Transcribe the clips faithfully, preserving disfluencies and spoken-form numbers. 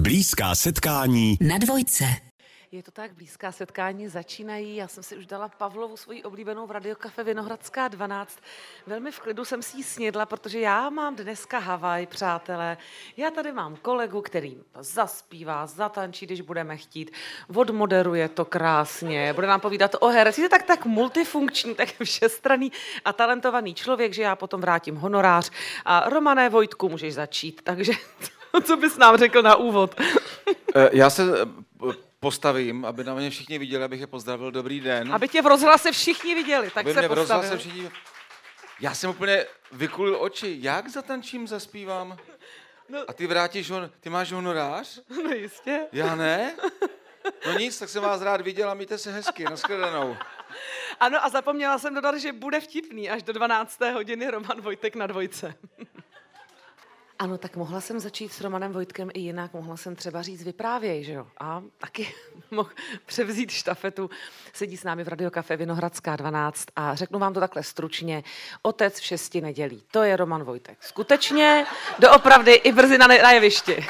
Blízká setkání na dvojce. Je to tak, blízká setkání začínají. Já jsem si už dala Pavlovu, svoji oblíbenou v Radiokafe Vinohradská dvanáct. Velmi v klidu jsem si ji snědla, protože já mám dneska Havaj, přátelé. Já tady mám kolegu, který zaspívá, zatančí, když budeme chtít. Odmoderuje to krásně, bude nám povídat o herec. Je tak tak multifunkční, tak všestranný a talentovaný člověk, že já potom vrátím honorář. A Romané Vojtku, můžeš začít, takže co bys nám řekl na úvod? Já se postavím, aby na mě všichni viděli, abych je pozdravil. Dobrý den. Aby tě v rozhlase všichni viděli, tak aby se mě v postavil. rozhlase všichni... Já jsem úplně vykulil oči. Jak zatančím, zaspívám? No. A ty vrátíš, hon... ty máš honorář? No jistě. Já ne? No nic, tak jsem vás rád viděl a mějte se hezky. Nashledanou. Ano, a zapomněla jsem dodat, že bude vtipný až do dvanácté hodiny Roman Vojtek na dvojce. Ano, tak mohla jsem začít s Romanem Vojtkem i jinak, mohla jsem třeba říct vyprávěj, že jo? A taky mohl převzít štafetu. Sedí s námi v Radiokafe Vinohradská dvanáct a řeknu vám to takhle stručně. Otec v šesti nedělí. To je Roman Vojtek. Skutečně, doopravdy i brzy na, na jevišti.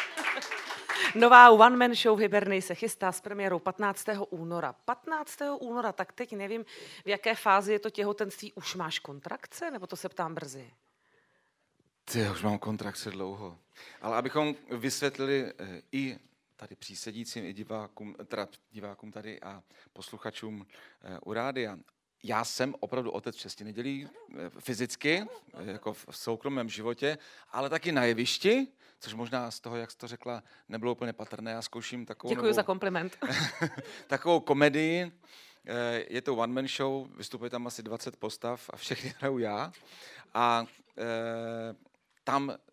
Nová One Man Show v Hyberny se chystá s premiérou patnáctého února. patnáctého února, tak teď nevím, v jaké fázi je to těhotenství. Už máš kontrakce, nebo to se ptám brzy? Ty, já už mám kontrakce dlouho. Ale abychom vysvětlili eh, i tady přísedícím, i divákům, teda divákům tady a posluchačům eh, u rádia, já jsem opravdu otec v šesti nedělí eh, fyzicky, eh, jako v, v soukromém životě, ale taky na jevišti, což možná z toho, jak jsi to řekla, nebylo úplně patrné. Já zkouším takovou... Děkuji novou, za kompliment. takovou komedii. Eh, je to one man show, vystupuje tam asi dvacet postav a všechny hraju já. A eh, tam e,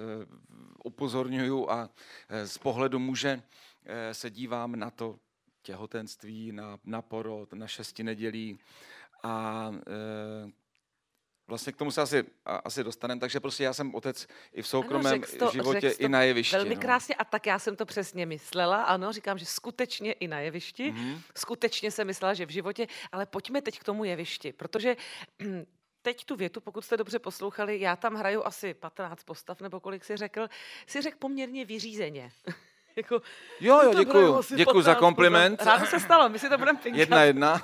upozorňuju a e, z pohledu muže e, se dívám na to těhotenství, na, na porod, na šesti nedělí a e, vlastně k tomu se asi, a, asi dostaneme, takže prostě já jsem otec i v soukromém ano, to, životě, i na jevišti. Velmi no. krásně a tak já jsem to přesně myslela, ano, říkám, že skutečně i na jevišti, Mm-hmm. skutečně jsem myslela, že v životě, ale pojďme teď k tomu jevišti, protože teď tu větu, pokud jste dobře poslouchali, já tam hraju asi patnáct postav, nebo kolik si řekl, si řekl poměrně vyřízeně. jako, Jo, jo, děkuju. Děkuju za kompliment. Ráno se stalo, my si to budeme pinkat. Jedna, jedna.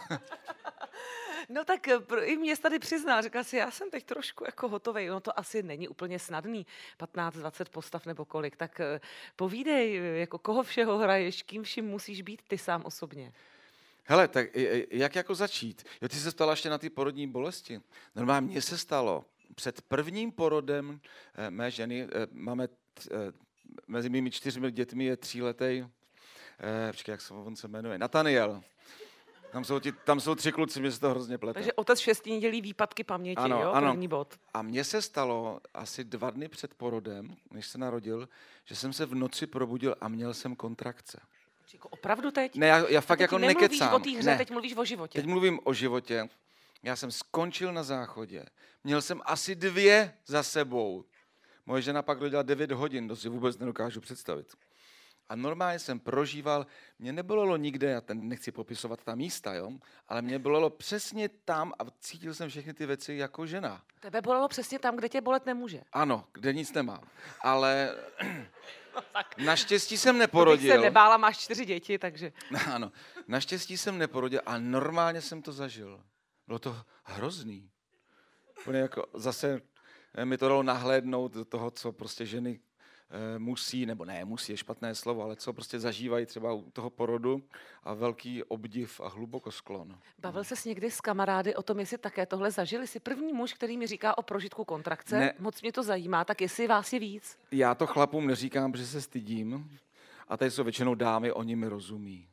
No tak i mě tady přiznal, říkal si, já jsem teď trošku jako hotovej, no to asi není úplně snadný, patnáct dvacet postav nebo kolik, tak povídej, jako koho všeho hraješ, kým vším musíš být ty sám osobně. Hele, tak jak jako začít? Jo, ty se ptala ještě na ty porodní bolesti. Normálně mně se stalo před prvním porodem eh, mé ženy, eh, máme t, eh, mezi mými čtyřmi dětmi je tříletej, eh, počkej, jak se on se jmenuje, Nataniel. Tam jsou, ti, tam jsou tři kluci, mě se to hrozně plete. Takže otec v šesti nedělí výpadky paměti, ano, jo, ano. první bod. A mně se stalo asi dva dny před porodem, než se narodil, že jsem se v noci probudil a měl jsem kontrakce. Jako opravdu teď? Ne, já, já fakt jako nekecám. Teď nemluvíš o té hře, ne. Teď mluvíš o životě. Teď mluvím o životě. Já jsem skončil na záchodě. Měl jsem asi dvě za sebou. Moje žena pak dodělala devět hodin, to si vůbec nedokážu představit. A normálně jsem prožíval, mě nebolelo nikde, já ten nechci popisovat ta místa, jo, ale mě bolelo přesně tam a cítil jsem všechny ty věci jako žena. Tebe bolelo přesně tam, kde tě bolet nemůže. Ano, kde nic nemám. Ale no, tak. Naštěstí jsem neporodil. To bych se nebála, máš čtyři děti, takže... Ano, naštěstí jsem neporodil a normálně jsem to zažil. Bylo to hrozný. Úplně jako zase mi to dalo nahlédnout do toho, co prostě ženy e, musí, nebo ne, musí je špatné slovo, ale co prostě zažívají třeba u toho porodu a velký obdiv a hlubokosklon. Bavil ses někdy s kamarády o tom, jestli také tohle zažili? Jsi první muž, který mi říká o prožitku kontrakce. Ne. Moc mě to zajímá, tak jestli vás je víc? Já to chlapům neříkám, protože se stydím. A tady jsou většinou dámy, oni mi rozumí.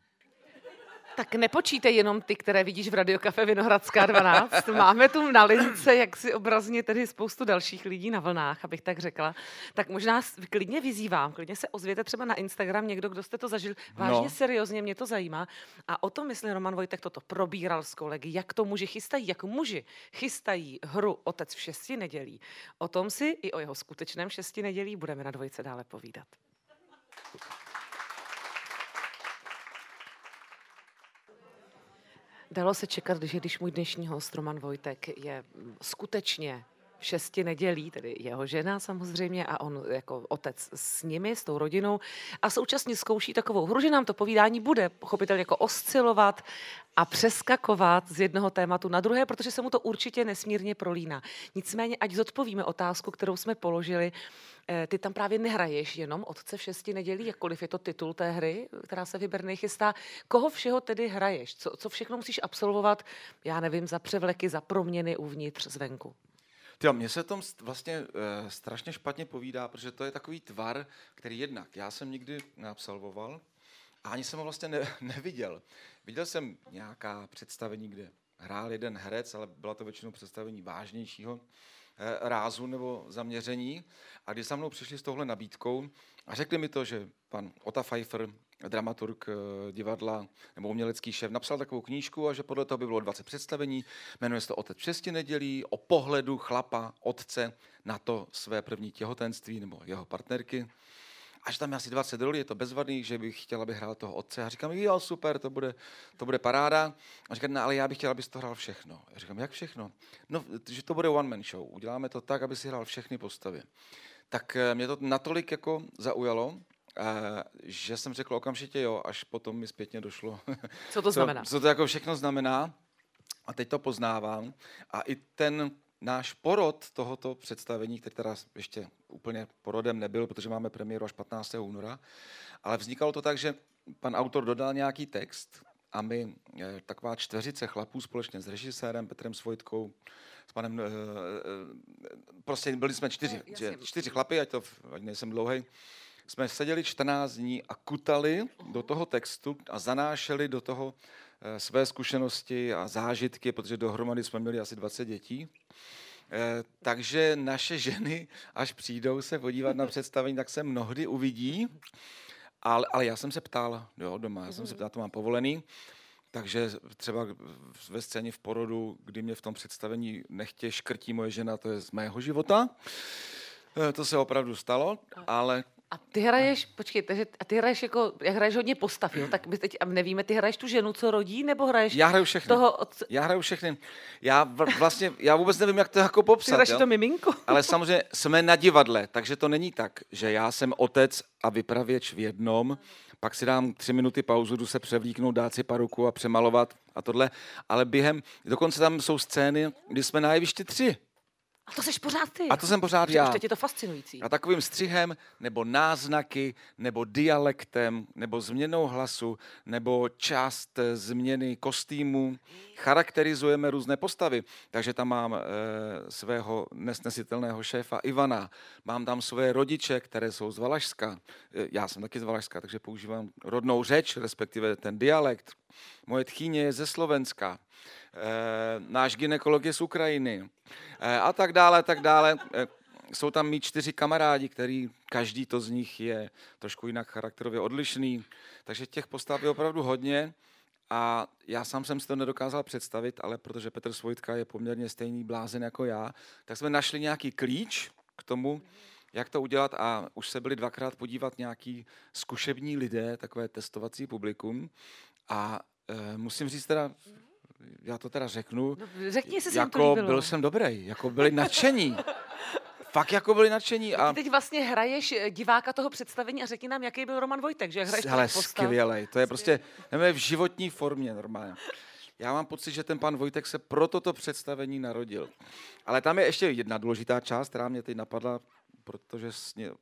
Tak nepočítej jenom ty, které vidíš v Radiokafe Vinohradská dvanáct. Máme tu na lince, jak si obrazně tedy spoustu dalších lidí na vlnách, abych tak řekla. Tak možná klidně vyzývám, klidně se ozvěte třeba na Instagram někdo, kdo jste to zažil. Vážně no. seriózně, mě to zajímá. A o tom, myslím, Roman Vojtek toto probíral s kolegy, jak to muži chystají, jak muži chystají hru Otec v šesti nedělí. O tom si i o jeho skutečném šesti nedělí budeme na dvojce dále povídat. Dalo se čekat, že když můj dnešní host Roman Vojtek je skutečně v šesti nedělí, tedy jeho žena samozřejmě a on jako otec s nimi, s tou rodinou a současně zkouší takovou hru, že nám to povídání bude pochopitelně jako oscilovat a přeskakovat z jednoho tématu na druhé, protože se mu to určitě nesmírně prolíná. Nicméně, ať zodpovíme otázku, kterou jsme položili, ty tam právě nehraješ jenom Otce v šesti nedělí, jakkoliv je to titul té hry, která se vybernej chystá. Koho všeho tedy hraješ? Co, co všechno musíš absolvovat, já nevím, za převleky, za proměny uvnitř, zvenku? Jo, mně se tom vlastně e, strašně špatně povídá, protože to je takový tvar, který jednak já jsem nikdy neabsolvoval a ani jsem ho vlastně ne, neviděl. Viděl jsem nějaká představení, kde hrál jeden herec, ale byla to většinou představení vážnějšího e, rázu nebo zaměření. A když za mnou přišli s touhle nabídkou a řekli mi to, že pan Ota Pfeiffer, dramaturg divadla nebo umělecký šéf, napsal takovou knížku a že podle toho by bylo dvacet představení, jmenuje se to Otec v šesti nedělí, o pohledu chlapa, otce na to své první těhotenství nebo jeho partnerky. A že tam je asi dvacet rolí, je to bezvadný, že bych chtěla, aby hrál toho otce. A říkám, jo, super, to bude, to bude paráda. A říkám, no, ale já bych chtěla, abys to hrál všechno. A říkám, jak všechno? No, že to bude one-man show. Uděláme to tak, aby si hrál všechny postavy. Tak mě to natolik jako zaujalo, že jsem řekl okamžitě jo, až potom mi zpětně došlo. Co to znamená? Co, co to jako všechno znamená. A teď to poznávám. A i ten náš porod tohoto představení, který teda ještě úplně porodem nebyl, protože máme premiéru až patnáctého února, ale vznikalo to tak, že pan autor dodal nějaký text a my, taková čtveřice chlapů společně s režisérem Petrem Svojtkou, s panem, prostě byli jsme čtyři, no, čtyři chlapy, ať to, ať nejsem dlouhej, jsme seděli čtrnáct dní a kutali do toho textu a zanášeli do toho své zkušenosti a zážitky, protože dohromady jsme měli asi dvacet dětí. Takže naše ženy, až přijdou se podívat na představení, tak se mnohdy uvidí. Ale, ale já jsem se ptal, jo, doma, já jsem se ptal, to mám povolený, takže třeba ve scéně v porodu, kdy mě v tom představení nechtě škrtí moje žena, to je z mého života. To se opravdu stalo, ale... A ty hraješ, počkej, takže a ty hraješ jako, jak hraješ hodně postav, jo? Tak my teď nevíme, ty hraješ tu ženu, co rodí, nebo hraješ já hraju všechny. toho otce? Já hraju všechny. Já vlastně, já vůbec nevím, jak to jako popsat. Ty hraješ to miminko? Ale samozřejmě jsme na divadle, takže to není tak, že já jsem otec a vypravěč v jednom, pak si dám tři minuty pauzu, jdu se převlíknout, dát si paruku a přemalovat a tohle, ale během, dokonce tam jsou scény, kdy jsme na jevišti tři. A to seš pořád ty. A to jsem pořád já. Už teď je to fascinující. A takovým střihem, nebo náznaky, nebo dialektem, nebo změnou hlasu, nebo část změny kostýmu. Charakterizujeme různé postavy. Takže tam mám e, svého nesnesitelného šéfa Ivana. Mám tam své rodiče, které jsou z Valašska. E, já jsem taky z Valašska, takže používám rodnou řeč, respektive ten dialekt. Moje tchýně je ze Slovenska. E, náš gynekolog je z Ukrajiny. E, a tak dále, tak dále. E, jsou tam mý čtyři kamarádi, který každý to z nich je trošku jinak charakterově odlišný. Takže těch postav je opravdu hodně. A já sám jsem si to nedokázal představit, ale protože Petr Svojtka je poměrně stejný blázen jako já, tak jsme našli nějaký klíč k tomu, jak to udělat a už se byli dvakrát podívat nějaký zkušební lidé, takové testovací publikum. A e, musím říct teda, já to teda řeknu, no, řekni, jestli jako to byl jsem dobrý, jako byli nadšení. Fakt jako byli nadšení. A... Ty teď vlastně hraješ diváka toho představení a řekni nám, jaký byl Roman Vojtek, že hraješ hele, skvělej, to je prostě nevím, v životní formě normálně. Já mám pocit, že ten pan Vojtek se pro toto představení narodil. Ale tam je ještě jedna důležitá část, která mě teď napadla, protože mě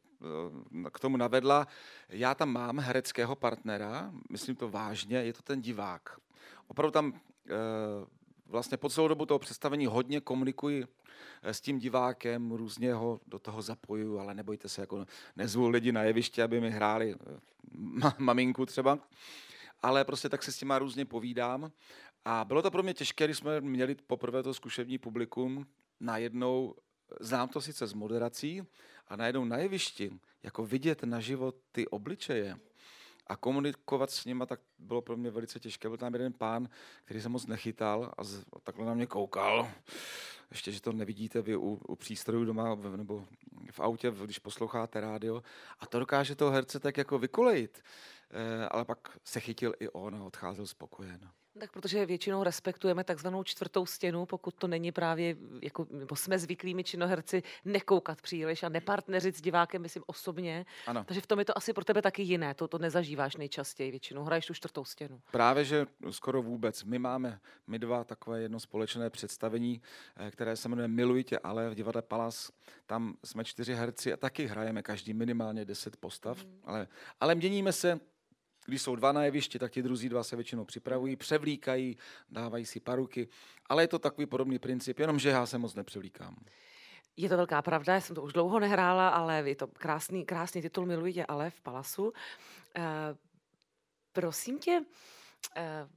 k tomu navedla. Já tam mám hereckého partnera, myslím to vážně, je to ten divák. Opravdu tam e, vlastně po celou dobu toho představení hodně komunikuji s tím divákem, různě ho do toho zapojuju, ale nebojte se, jako nezvu lidi na jeviště, aby mi hráli ma- maminku třeba, ale prostě tak se s těma různě povídám. A bylo to pro mě těžké, když jsme měli poprvé to zkušební publikum, najednou, znám to sice z moderací, a najednou na jevišti, jako vidět naživo ty obličeje a komunikovat s nima, tak bylo pro mě velice těžké. Byl tam jeden pán, který se moc nechytal a z, takhle na mě koukal. Ještě, že to nevidíte vy u, u přístrojů doma v, nebo v autě, když posloucháte rádio. A to dokáže toho herce tak jako vykolejit. E, ale pak se chytil i on a odcházel spokojen. Tak protože většinou respektujeme takzvanou čtvrtou stěnu, pokud to není právě, jako, nebo jsme zvyklými činoherci nekoukat příliš a nepartneřit s divákem, myslím osobně. Ano. Takže v tom je to asi pro tebe taky jiné, to, to nezažíváš nejčastěji, většinou hraješ tu čtvrtou stěnu. Právě, že skoro vůbec. My máme, my dva, takové jedno společné představení, které se jmenuje Miluji tě, ale v divadle Palas, tam jsme čtyři herci a taky hrajeme každý minimálně deset postav, mm. ale, ale měníme se. Když jsou dva na jevišti, tak ti druzí dva se většinou připravují, převlíkají, dávají si paruky, ale je to takový podobný princip, jenomže já se moc nepřevlíkám. Je to velká pravda, já jsem to už dlouho nehrála, ale je to krásný, krásný titul Miluji tě, ale v Palasu. Uh, prosím tě, uh,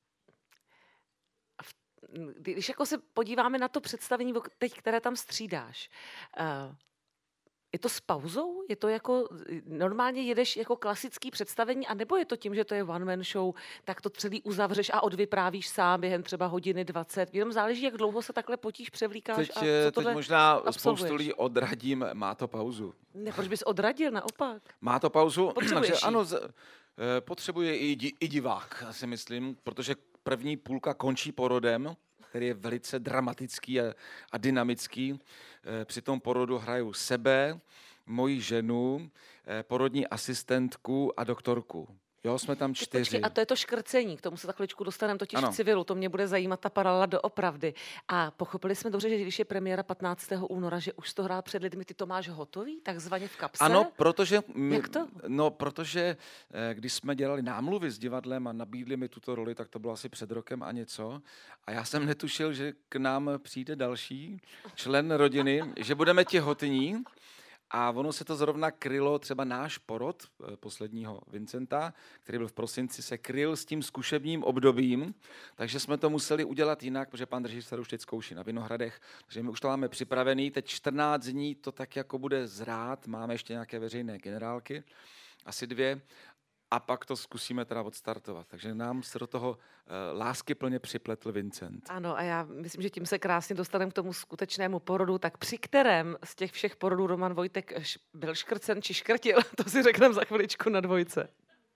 když jako se podíváme na to představení teď, které tam střídáš, uh, je to s pauzou? Je to jako, normálně jedeš jako klasický představení, anebo je to tím, že to je one man show, tak to celý uzavřeš a odvyprávíš sám během třeba hodiny dvacet? Jenom záleží, jak dlouho se takhle potíž, převlíkáš teď, a co tohle Teď možná absolvuješ. Spoustu lidí odradím, má to pauzu. Ne, proč bys odradil, naopak? Má to pauzu, takže jí. ano, z, potřebuje i, di, i divák, si myslím, protože první půlka končí porodem, který je velice dramatický a, a dynamický. Při tom porodu hraju sebe, moji ženu, porodní asistentku a doktorku. Jo, jsme tam čtyři. Počkej, a to je to škrcení, k tomu se za chviličku dostaneme totiž ano. v civilu, to mě bude zajímat ta paralela doopravdy. A pochopili jsme dobře, že když je premiéra patnáctého února, že už to hrál před lidmi, ty to máš hotový, takzvaně v kapse? Ano, protože... My, Jak to? No, protože když jsme dělali námluvy s divadlem a nabídli mi tuto roli, tak to bylo asi před rokem a něco. A já jsem netušil, že k nám přijde další člen rodiny, že budeme těhotní. A ono se to zrovna krylo, třeba náš porod posledního Vincenta, který byl v prosinci, se kryl s tím zkušebním obdobím, takže jsme to museli udělat jinak, protože pan režisér už teď zkouší na Vinohradech, takže my už to máme připravený, teď čtrnáct dní to tak jako bude zrát, máme ještě nějaké veřejné generálky, asi dvě, a pak to zkusíme teda odstartovat. Takže nám se do toho uh, láskyplně připletl Vincent. Ano, a já myslím, že tím se krásně dostaneme k tomu skutečnému porodu. Tak při kterém z těch všech porodů Roman Vojtek byl škrcen či škrtil, to si řekneme za chviličku na dvojce.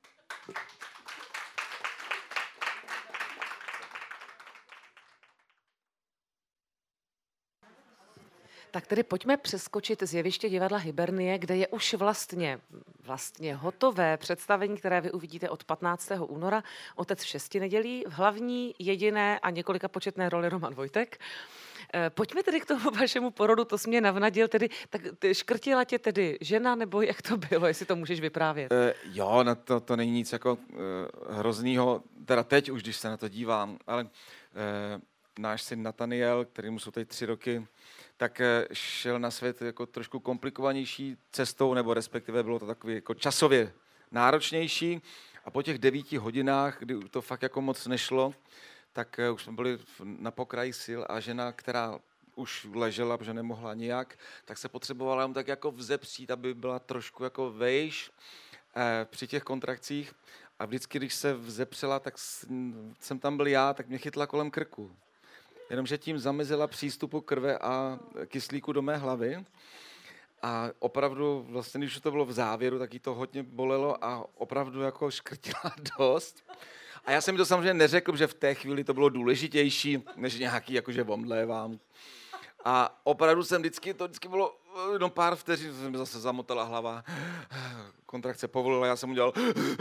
Tak tedy pojďme přeskočit z jeviště divadla Hybernie, kde je už vlastně, vlastně hotové představení, které vy uvidíte od patnáctého února. Otec v šesti nedělí, v hlavní, jediné a několika početné roli Roman Vojtek. Pojďme tedy k tomu vašemu porodu, to jsi mě navnadil, tedy, tak škrtila tě tedy žena, nebo jak to bylo, jestli to můžeš vyprávět? E, jo, na to, to není nic jako e, hroznýho, teda teď už, když se na to dívám, ale e, náš syn Nataniel, kterýmu jsou teď tři roky, tak šel na svět jako trošku komplikovanější cestou, nebo respektive bylo to takový jako časově náročnější. A po těch devíti hodinách, kdy to fakt jako moc nešlo, tak už jsme byli na pokraji sil a žena, která už ležela, protože nemohla nijak, tak se potřebovala jenom tak jako vzepřít, aby byla trošku jako vejš eh, při těch kontrakcích. A vždycky, když se vzepřela, tak jsem tam byl já, tak mě chytla kolem krku. Jenomže tím zamezila přístupu krve a kyslíku do mé hlavy. A opravdu, vlastně, když to bylo v závěru, tak jí to hodně bolelo a opravdu jako škrtila dost. A já jsem mi to samozřejmě neřekl, že v té chvíli to bylo důležitější, než nějaký jakože omdlévám. A opravdu jsem vždycky, to vždycky bylo jenom pár vteřin, jsem zase zamotala hlava, kontrakce povolila, já jsem udělal,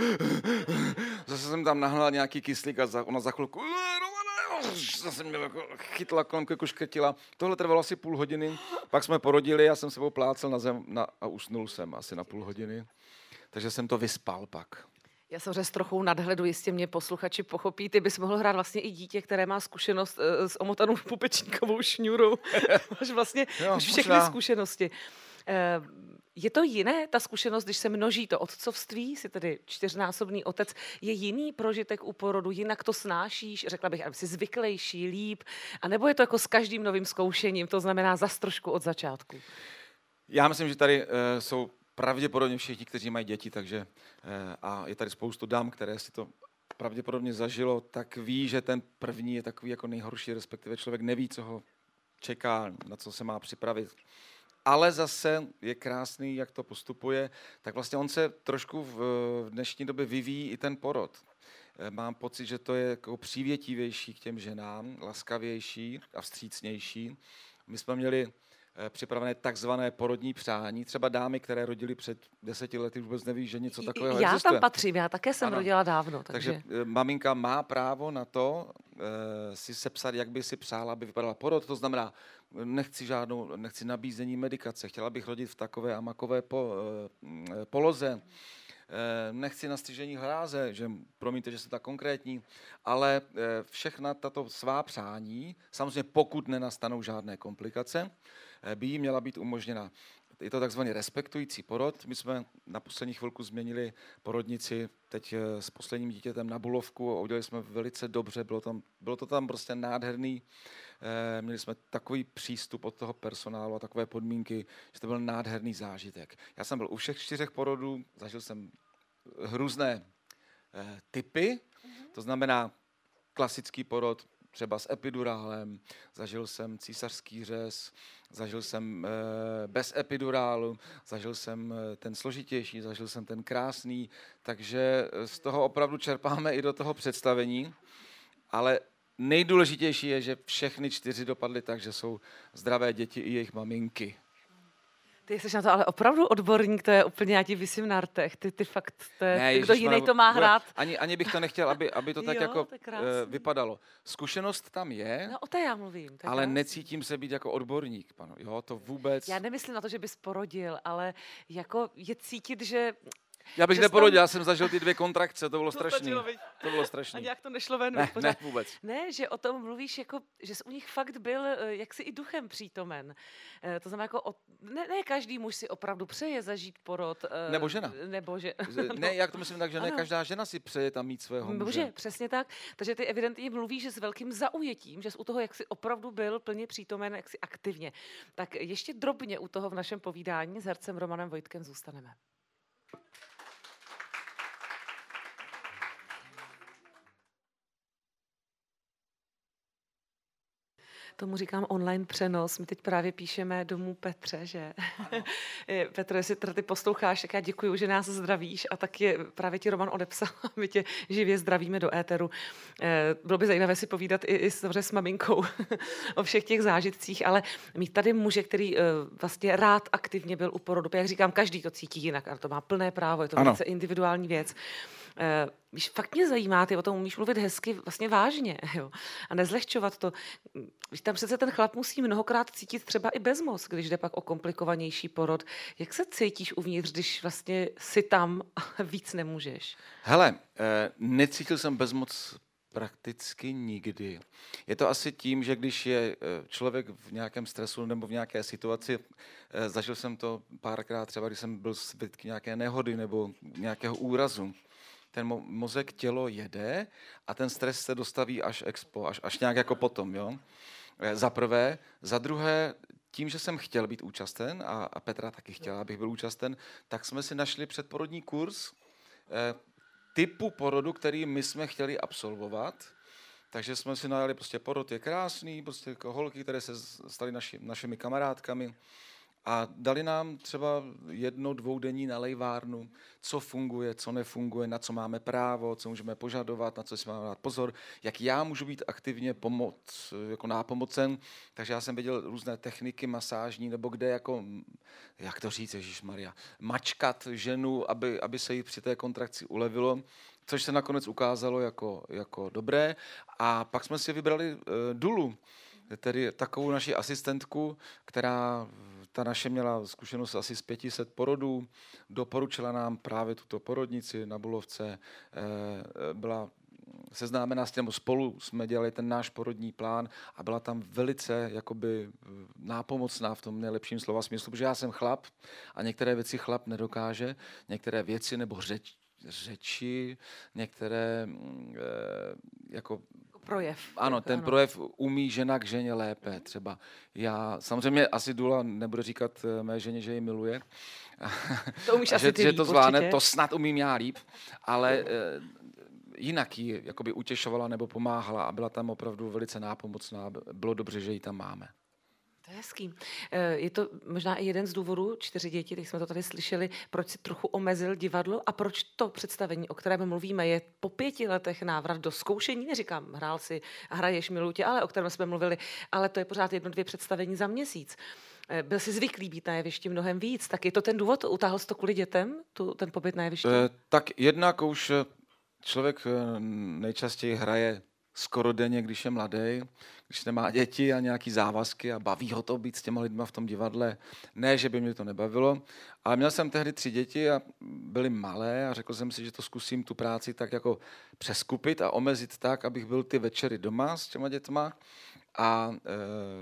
zase jsem tam nahnal nějaký kyslík a za, ona za chvilku, zase mě jako chytla kolem, jako škrtila. Tohle trvalo asi půl hodiny, pak jsme porodili, já jsem sebou plácel na zem na, a usnul jsem asi na půl hodiny, takže jsem to vyspal pak. Já jsem s trochou nadhledu, jistě mě posluchači pochopí. Ty bys mohl hrát vlastně i dítě, které má zkušenost uh, s omotanou pupečníkovou šňůrou. Máš vlastně jo, už všechny možná. Zkušenosti. Uh, je to jiné, ta zkušenost, když se množí to otcovství, jsi tedy čtyřnásobný otec, je jiný prožitek u porodu, jinak to snášíš, řekla bych, aby jsi zvyklejší, líp, anebo je to jako s každým novým zkoušením, to znamená zas trošku od začátku? Já myslím, že tady uh, jsou pravděpodobně všichni, kteří mají děti, takže a je tady spoustu dam, které si to pravděpodobně zažilo, tak ví, že ten první je takový jako nejhorší, respektive člověk neví, co ho čeká, na co se má připravit. Ale zase je krásný, jak to postupuje, tak vlastně on se trošku v dnešní době vyvíjí i ten porod. mám pocit, že to je jako přívětivější k těm ženám, laskavější a vstřícnější. My jsme měli připravené takzvané porodní přání. Třeba dámy, které rodily před deseti lety, vůbec neví, že něco takového já existuje. Já tam patřím, já také jsem ano. rodila dávno. Takže... takže maminka má právo na to e, si sepsat, jak by si přála, aby vypadala porod. To znamená, nechci žádnou, nechci nabízení medikace, chtěla bych rodit v takové a makové po, e, poloze. Nechci nastřižení hráze, že promiňte, že jsem tak konkrétní, ale všechna tato svá přání, samozřejmě pokud nenastanou žádné komplikace, by jí měla být umožněna. Je to takzvaný respektující porod. My jsme na poslední chvilku změnili porodnici teď s posledním dítětem na Bulovku a udělali jsme velice dobře, bylo, tam, bylo to tam prostě nádherný. Měli jsme takový přístup od toho personálu a takové podmínky, že to byl nádherný zážitek. Já jsem byl u všech čtyřech porodů, zažil jsem různé eh, typy, to znamená klasický porod třeba s epidurálem, zažil jsem císařský řez, zažil jsem eh, bez epidurálu, zažil jsem eh, ten složitější, zažil jsem ten krásný, takže z toho opravdu čerpáme i do toho představení, ale nejdůležitější je, že všechny čtyři dopadly tak, že jsou zdravé děti i jejich maminky. Ty jsi na to ale opravdu odborník, to je úplně, já ti visím na rtech, ty, ty fakt, to je, ne, kdo jiný to má hrát. Ani, ani bych to nechtěl, aby, aby to tak jo, jako to vypadalo. Zkušenost tam je, no, o té já mluvím, ale krásný. Necítím se být jako odborník, panu. Jo, to vůbec. Já nemyslím na to, že bys porodil, ale jako je cítit, že... Já bych že neporodil, tam... já jsem zažil ty dvě kontrakce, to bylo to strašný. To bylo strašný. A nějak to nešlo ven. Ne, ne, vůbec. Ne, že o tom mluvíš, jako, že jsi u nich fakt byl jaksi i duchem přítomen. To znamená, jako o, ne, ne každý muž si opravdu přeje zažít porod. Nebo žena. Nebo že... Ne, jak to myslím tak, že ne ano. Každá žena si přeje tam mít svého muže. Muže, přesně tak. Takže ty evidentně mluvíš, že s velkým zaujetím, že jsi u toho, jak jsi opravdu byl plně přítomen, jak jsi aktivně. Tak ještě drobně u toho v našem povídání s hercem Romanem Vojtkem zůstaneme. Tomu říkám online přenos. My teď právě píšeme domů Petře, že? Petro, jestli teda ty posloucháš, tak já děkuju, že nás zdravíš a tak je právě ti Roman odepsal a my tě živě zdravíme do éteru. Bylo by zajímavé si povídat i, i s maminkou o všech těch zážitcích, ale mít tady muže, který vlastně rád aktivně byl u porodu. Jak říkám, každý to cítí jinak, ale to má plné právo, je to velice individuální věc. Uh, víš, fakt mě zajímá, ty o tom umíš mluvit hezky, vlastně vážně, jo, a nezlehčovat to. Víš, tam přece ten chlap musí mnohokrát cítit třeba i bezmoc, když jde pak o komplikovanější porod. Jak se cítíš uvnitř, když vlastně si tam a víc nemůžeš? Hele, eh, necítil jsem bezmoc prakticky nikdy. Je to asi tím, že když je člověk v nějakém stresu nebo v nějaké situaci, eh, zažil jsem to párkrát třeba, když jsem byl svědky nějaké nehody nebo nějakého úrazu, ten mo- mozek, tělo jede a ten stres se dostaví až expo, až, až nějak jako potom, jo. E, za prvé. Za druhé, tím, že jsem chtěl být účasten a, a Petra taky chtěla, abych byl účasten, tak jsme si našli předporodní kurz e, typu porodu, který my jsme chtěli absolvovat. Takže jsme si najali, prostě porod je krásný, prostě jako holky, které se staly naši, našimi kamarádkami. A dali nám třeba jedno, dvoudenní nalejvárnu, co funguje, co nefunguje, na co máme právo, co můžeme požadovat, na co si máme dát pozor, jak já můžu být aktivně pomoc, jako nápomocen. Takže já jsem viděl různé techniky masážní, nebo kde jako, jak to říct, ježišmarja, mačkat ženu, aby, aby se jí při té kontrakci ulevilo, což se nakonec ukázalo jako, jako dobré. A pak jsme si vybrali uh, Dulu, tedy takovou naši asistentku, která ta naše měla zkušenost asi z pěti set porodů, doporučila nám právě tuto porodnici na Bulovce, byla seznámená s tím, spolu jsme dělali ten náš porodní plán a byla tam velice jakoby nápomocná v tom nejlepším slova smyslu, protože já jsem chlap a některé věci chlap nedokáže, některé věci nebo řeč, řeči, některé jako projev. Ano, ten ano. projev umí žena k ženě lépe. Třeba já, samozřejmě asi Dula nebude říkat mé ženě, že ji miluje. To umíš asi že, ty že líp, to zvládne, určitě. To snad umím já líp, ale e, jinak ji jakoby utěšovala nebo pomáhala a byla tam opravdu velice nápomocná. Bylo dobře, že ji tam máme. To To je hezký. Je to možná i jeden z důvodů, čtyři děti, teď jsme to tady slyšeli, proč si trochu omezil divadlo a proč to představení, o kterém mluvíme, je po pěti letech návrat do zkoušení, neříkám, hrál si a hraješ, miluji tě, ale o kterém jsme mluvili, ale to je pořád jedno, dvě představení za měsíc. Byl jsi zvyklý být na jevišti mnohem víc, tak je to ten důvod, utáhl jsi to kvůli dětem, tu, ten pobyt na jevišti? E, tak jednak už člověk nejčastěji hraje skoro denně, když je mladý, když nemá děti a nějaký závazky a baví ho to být s těma lidma v tom divadle. Ne, že by mě to nebavilo, ale měl jsem tehdy tři děti a byly malé a řekl jsem si, že to zkusím tu práci tak jako přeskupit a omezit tak, abych byl ty večery doma s těma dětma a e,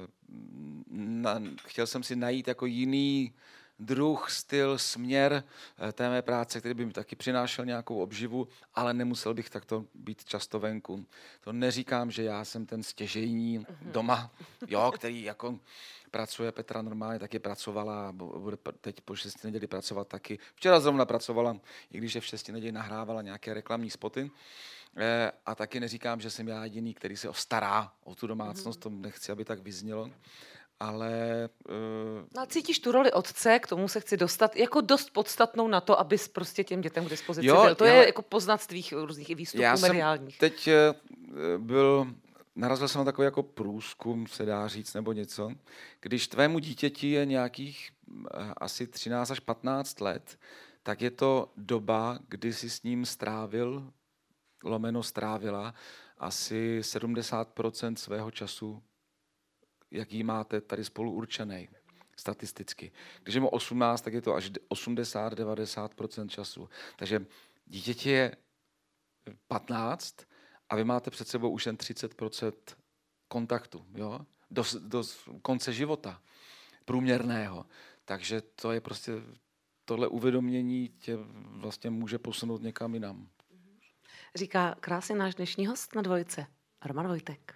na, chtěl jsem si najít jako jiný druh, styl, směr té mé práce, který by mi taky přinášel nějakou obživu, ale nemusel bych takto být často venku. To neříkám, že já jsem ten stěžejní doma, jo, který jako pracuje, Petra normálně taky pracovala a bude teď po šesti neděli pracovat taky. Včera zrovna pracovala, i když je v šesti neděli nahrávala nějaké reklamní spoty. A taky neříkám, že jsem já jediný, který se stará o tu domácnost, to nechci, aby tak vyznělo. Ale... Uh... No, cítíš tu roli otce, k tomu se chci dostat, jako dost podstatnou na to, abys prostě těm dětem k dispozici jo, byl. To já, je jako poznat z tvých různých i výstupů já mediálních. Jsem teď uh, byl, narazil jsem na takový jako průzkum, se dá říct, nebo něco. Když tvému dítěti je nějakých uh, asi třináct až patnáct let, tak je to doba, kdy jsi s ním strávil, lomeno strávila, asi sedmdesát procent svého času, jaký máte tady spolu určený statisticky. Když je mu osmnáct, tak je to až osmdesát až devadesát procent času. Takže dítěti je patnáct a vy máte před sebou už jen třicet procent kontaktu, jo? Do, do konce života průměrného. Takže to je prostě, tohle uvědomění tě vlastně může posunout někam jinam. Říká krásně náš dnešní host na Dvojce, Roman Vojtek.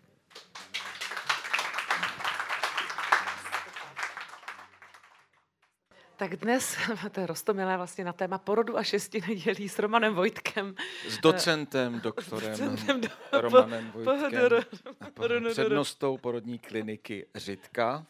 Tak dnes, to je roztomilé vlastně na téma porodu a šesti nedělí s Romanem Vojtkem. S docentem, doktorem, s docentem do, Romanem po, Vojtkem, po, přednostou porodní kliniky Řitka.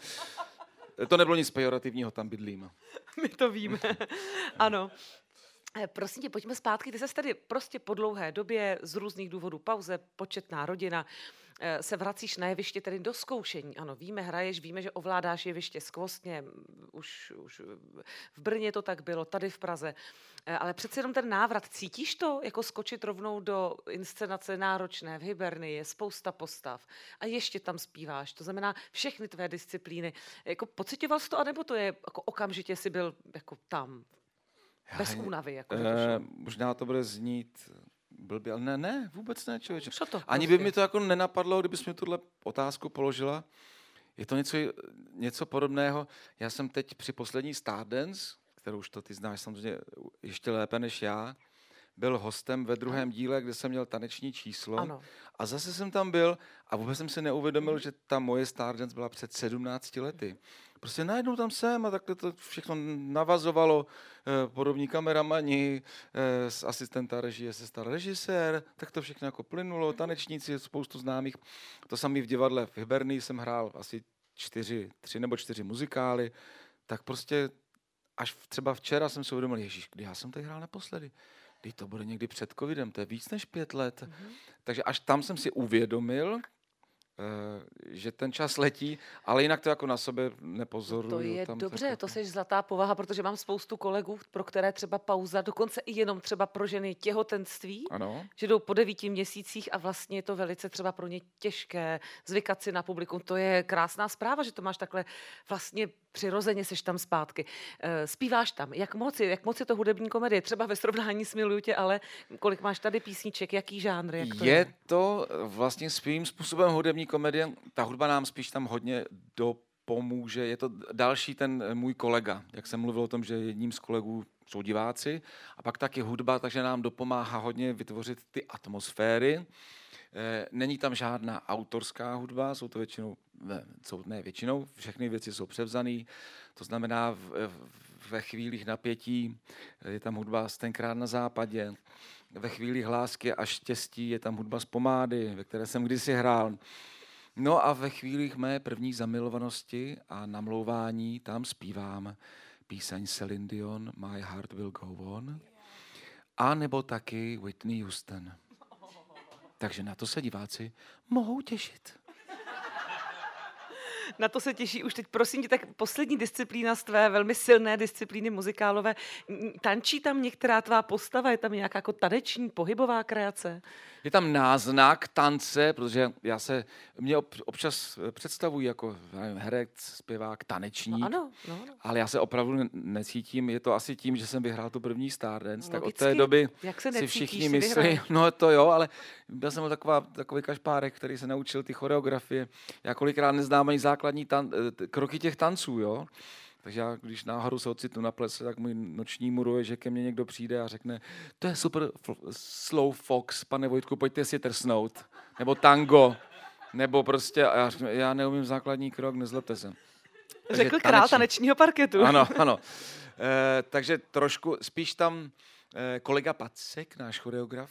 To nebylo nic pejorativního, tam bydlím. My to víme, ano. Prosím tě, pojďme zpátky. Ty ses tady prostě po dlouhé době z různých důvodů, pauze, početná rodina, se vracíš na jeviště tedy do zkoušení. Ano, víme, hraješ, víme, že ovládáš jeviště skvostně, už, už v Brně to tak bylo, tady v Praze, ale přece jenom ten návrat, cítíš to, jako skočit rovnou do inscenace náročné v Hybernii, je spousta postav a ještě tam zpíváš, to znamená všechny tvé disciplíny. Jako pocitoval jsi to, anebo to je, jako okamžitě jsi byl jako tam? Bez únavy. Jako e, možná to bude znít blbě, ale ne, ne, vůbec ne, člověče. Co to? Ani prostě? by mi to jako nenapadlo, kdybys mi tuhle otázku položila. Je to něco, něco podobného. Já jsem teď při poslední Stardance, kterou už to ty znáš samozřejmě ještě lépe než já, byl hostem ve druhém díle, kde jsem měl taneční číslo. Ano. A zase jsem tam byl a vůbec jsem si neuvědomil, že ta moje Stardance byla před sedmnácti lety. Prostě najednou tam jsem a takhle to všechno navazovalo, eh, podobní kameramani, eh, z asistenta režie se stal režisér, tak to všechno jako plynulo, tanečníci, spoustu známých. To samý v divadle v Hybernii jsem hrál asi čtyři, tři nebo čtyři muzikály, tak prostě až třeba včera jsem si uvědomil, ježíš, kdy já jsem tady hrál naposledy. Kdy to bude někdy před covidem, to je víc než pět let. Mm-hmm. Takže až tam jsem si uvědomil, že ten čas letí, ale jinak to jako na sebe nepozoruju. To je tam dobře, tak... to jsi zlatá povaha, protože mám spoustu kolegů, pro které třeba pauza, dokonce i jenom třeba pro ženy těhotenství, ano. Že jdou po devíti měsících a vlastně je to velice třeba pro ně těžké zvykat si na publikum. To je krásná zpráva, že to máš takhle vlastně přirozeně seš tam zpátky. Zpíváš tam, jak moc je, jak moc je to hudební komedie? Třeba ve srovnání s Miluju tě, ale kolik máš tady písniček, jaký žánr? Jak to je, je to vlastně svým způsobem hudební komedie. Ta hudba nám spíš tam hodně dopomůže. Je to další ten můj kolega, jak jsem mluvil o tom, že jedním z kolegů jsou diváci a pak taky hudba, takže nám dopomáhá hodně vytvořit ty atmosféry. Není tam žádná autorská hudba, jsou to většinou, ne, jsou, ne většinou, všechny věci jsou převzané. To znamená v, ve chvílích napětí je tam hudba z Tenkrát na západě, ve chvílích lásky a štěstí je tam hudba z Pomády, ve které jsem kdysi hrál. No a ve chvílích mé první zamilovanosti a namlouvání tam zpívám píseň Celine Dion, My Heart Will Go On, a nebo taky Whitney Houston. Takže na to se diváci mohou těšit. Na to se těší už teď. Prosím tě, tak poslední disciplína z tvé velmi silné disciplíny muzikálové. Tančí tam některá tvá postava? Je tam nějaká jako taneční, pohybová kreace? Je tam náznak tance, protože já se, mě občas představuji jako nevím, herec, zpěvák, tanečník, no ano, no ano. Ale já se opravdu necítím. Je to asi tím, že jsem vyhrál tu první Stardance, tak Logicky, od té doby jak se si všichni si myslí, vyhrál? no to jo, ale byl jsem taková, takový kašpárek, který se naučil ty choreografie. Já kolikrát neznám ani základní tan- kroky těch tanců, jo. Takže já, když náhodou se ocitnu na plese, tak můj noční muru je, že ke mně někdo přijde a řekne, to je super f- slow fox, pane Vojtku, pojďte si trsnout. Nebo tango. Nebo prostě, a já, řeknu, já neumím základní krok, nezlobte se. Takže Řekl král taneční. tanečního parketu. Ano, ano. E, takže trošku, spíš tam e, kolega Pacek, náš choreograf,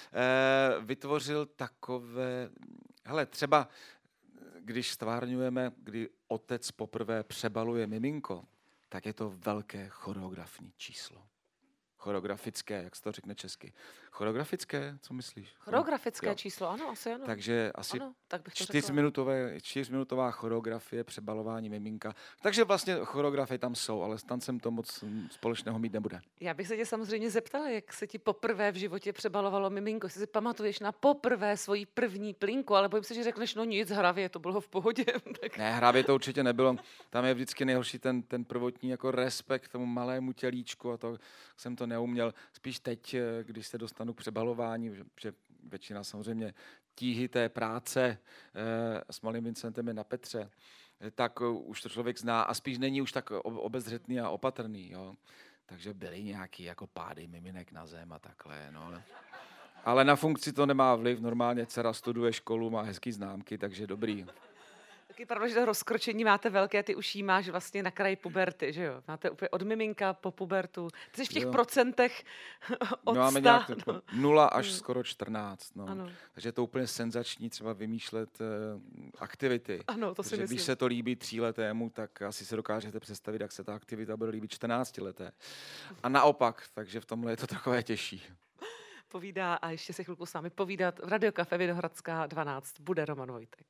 e, vytvořil takové, hele, třeba když stvárňujeme, kdy otec poprvé přebaluje miminko, tak je to velké choreografní číslo. Choreografické, jak se to řekne česky. Choreografické, co myslíš? Choreografické Jo. číslo, ano, asi ano. Takže asi ano, tak bych to čtyřminutové, čtyřminutová choreografie, přebalování miminka. Takže vlastně choreografie tam jsou, ale s tancem to moc společného mít nebude. Já bych se tě samozřejmě zeptala, jak se ti poprvé v životě přebalovalo miminko. Jestli si pamatuješ na poprvé svoji první plínku, ale bojím se, že řekneš, no nic, hravě, to bylo v pohodě. tak... Ne, hravě to určitě nebylo. Tam je vždycky nejhorší ten, ten prvotní jako respekt tomu malému tělíčku a to jsem to neuměl. Spíš teď, když se dostanu k přebalování, že většina samozřejmě tíhy té práce eh, s malým Vincentem je na Petře, tak uh, už to člověk zná a spíš není už tak obezřetný a opatrný. Jo. Takže byly nějaký jako pády miminek na zem a takhle. No, ale, ale na funkci to nemá vliv. Normálně dcera studuje školu, má hezký známky, takže dobrý. Taky pravda, že to rozkročení máte velké, ty už jí máš vlastně na kraji puberty, že jo? Máte úplně od miminka po pubertu. Ty jsi v těch jo. procentech od no, máme sta, nějak no. nula až skoro čtrnáct. No. Ano. Takže je to úplně senzační třeba vymýšlet uh, aktivity. Ano, to si myslím. Když se to líbí tříletému, tak asi se dokážete představit, jak se ta aktivita bude líbit čtrnáctileté. A naopak, takže v tomhle je to takové těžší. Povídá a ještě se chvilku s námi povídat v Radio Café Vinohradská dvanáct bude Roman Vojtek.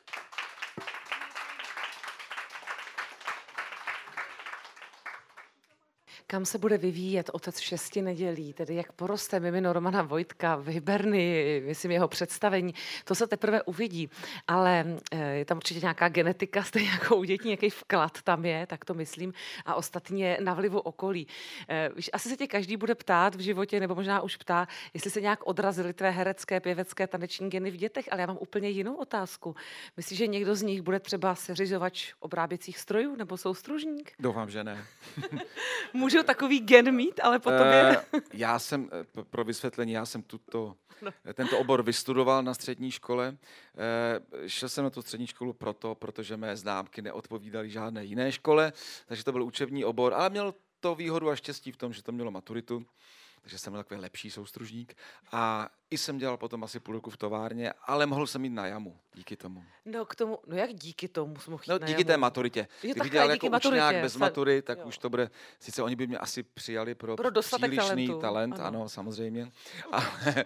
Kam se bude vyvíjet otec šesti nedělí, tedy jak poroste mimino Romana Vojtka v Hybernii, myslím jeho představení, to se teprve uvidí, ale je tam určitě nějaká genetika, stejně jako u dětí, nějaký vklad tam je, tak to myslím, a ostatní je na vlivu okolí. Víš, asi se tě každý bude ptát v životě, nebo možná už ptá, jestli se nějak odrazily tvé herecké, pěvecké, taneční geny v dětech, ale já mám úplně jinou otázku. Myslíš, že někdo z nich bude třeba seřizovač obráběcích strojů nebo soustružník? Doufám, že ne. Můžu takový gen mít, ale potom je... Uh, já jsem, pro vysvětlení, já jsem tuto, no. tento obor vystudoval na střední škole. Uh, šel jsem na tu střední školu proto, protože mé známky neodpovídaly žádné jiné škole, takže to byl učební obor, ale měl to výhodu a štěstí v tom, že to mělo maturitu, takže jsem byl takový lepší soustružník a i jsem dělal potom asi půl roku v továrně, ale mohl jsem jít na jamu díky tomu. No k tomu, no jak díky tomu jsem mohl jít No na díky jamu? té maturitě. Kdyby dělal jako učňák bez matury, tak jo. už to bude, sice oni by mě asi přijali pro, pro přílišný talentu. talent, ano, ano samozřejmě, ale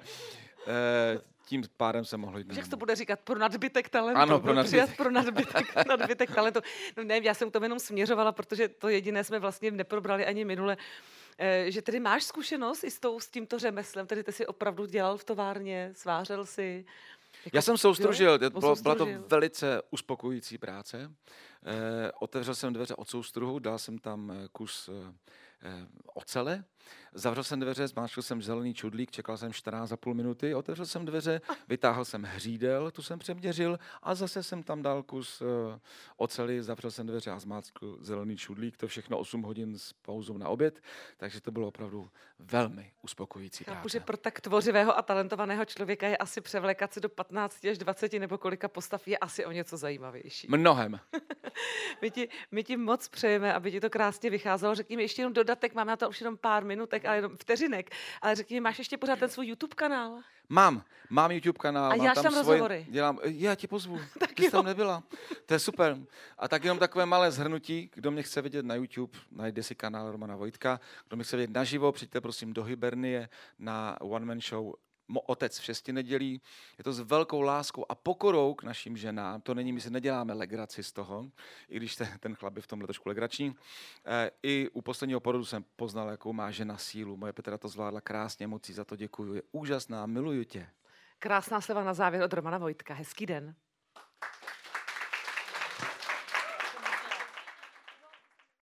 e, tím pádem jsem mohl jít na jamu. Jak to bude říkat? Pro nadbytek talentu. Ano, pro nadbytek. Pro nadbytek, nadbytek talentu. No ne, já jsem k tomu jenom směřovala, protože to jediné jsme vlastně neprobrali ani minule, že tedy máš zkušenost i s, tou, s tímto řemeslem, tedy ty jsi opravdu dělal v továrně, svářel si. Jako, já jsem soustružil, jo, bylo, byla to velice uspokojující práce. Eh, otevřel jsem dveře od soustruhu, dal jsem tam kus eh, ocele, zavřel jsem dveře, zmáčkl jsem zelený čudlík, čekal jsem čtrnáct a půl minuty, otevřel jsem dveře, vytáhl jsem hřídel, tu jsem přeměřil a zase jsem tam dal kus uh, oceli, zavřel jsem dveře a zmáčkl zelený čudlík, to všechno osm hodin s pauzou na oběd, takže to bylo opravdu velmi uspokojující práce. Chápu, že pro tak tvořivého a talentovaného člověka je asi převlékat se do patnáct až dvacet nebo kolika postav je asi o něco zajímavější. Mnohem. my, ti, my ti moc přejeme, aby ti to krásně vycházelo. Řekni mi ještě jenom dodatek, máme na to už jenom pár minut. minutek, ale jenom vteřinek. Ale řekni mi, máš ještě pořád ten svůj YouTube kanál? Mám, mám YouTube kanál. A mám děláš tam tam svoje, rozhovory? Dělám, já tě pozvu, Tak ty jsi jo. tam nebyla. To je super. A tak jenom takové malé zhrnutí, kdo mě chce vidět na YouTube, najde si kanál Romana Vojtka. Kdo mě chce vidět naživo, přijďte prosím do Hybernie na One Man Show Mo Otec v šesti nedělí. Je to s velkou láskou a pokorou k našim ženám. To není, my si neděláme legraci z toho, i když te, ten chlap je v tomhle trošku legrační. E, I u posledního porodu jsem poznal, jakou má žena sílu. Moje Petra to zvládla krásně, moc jí za to děkuju. Je úžasná, miluju tě. Krásná slova na závěr od Romana Vojtka. Hezký den.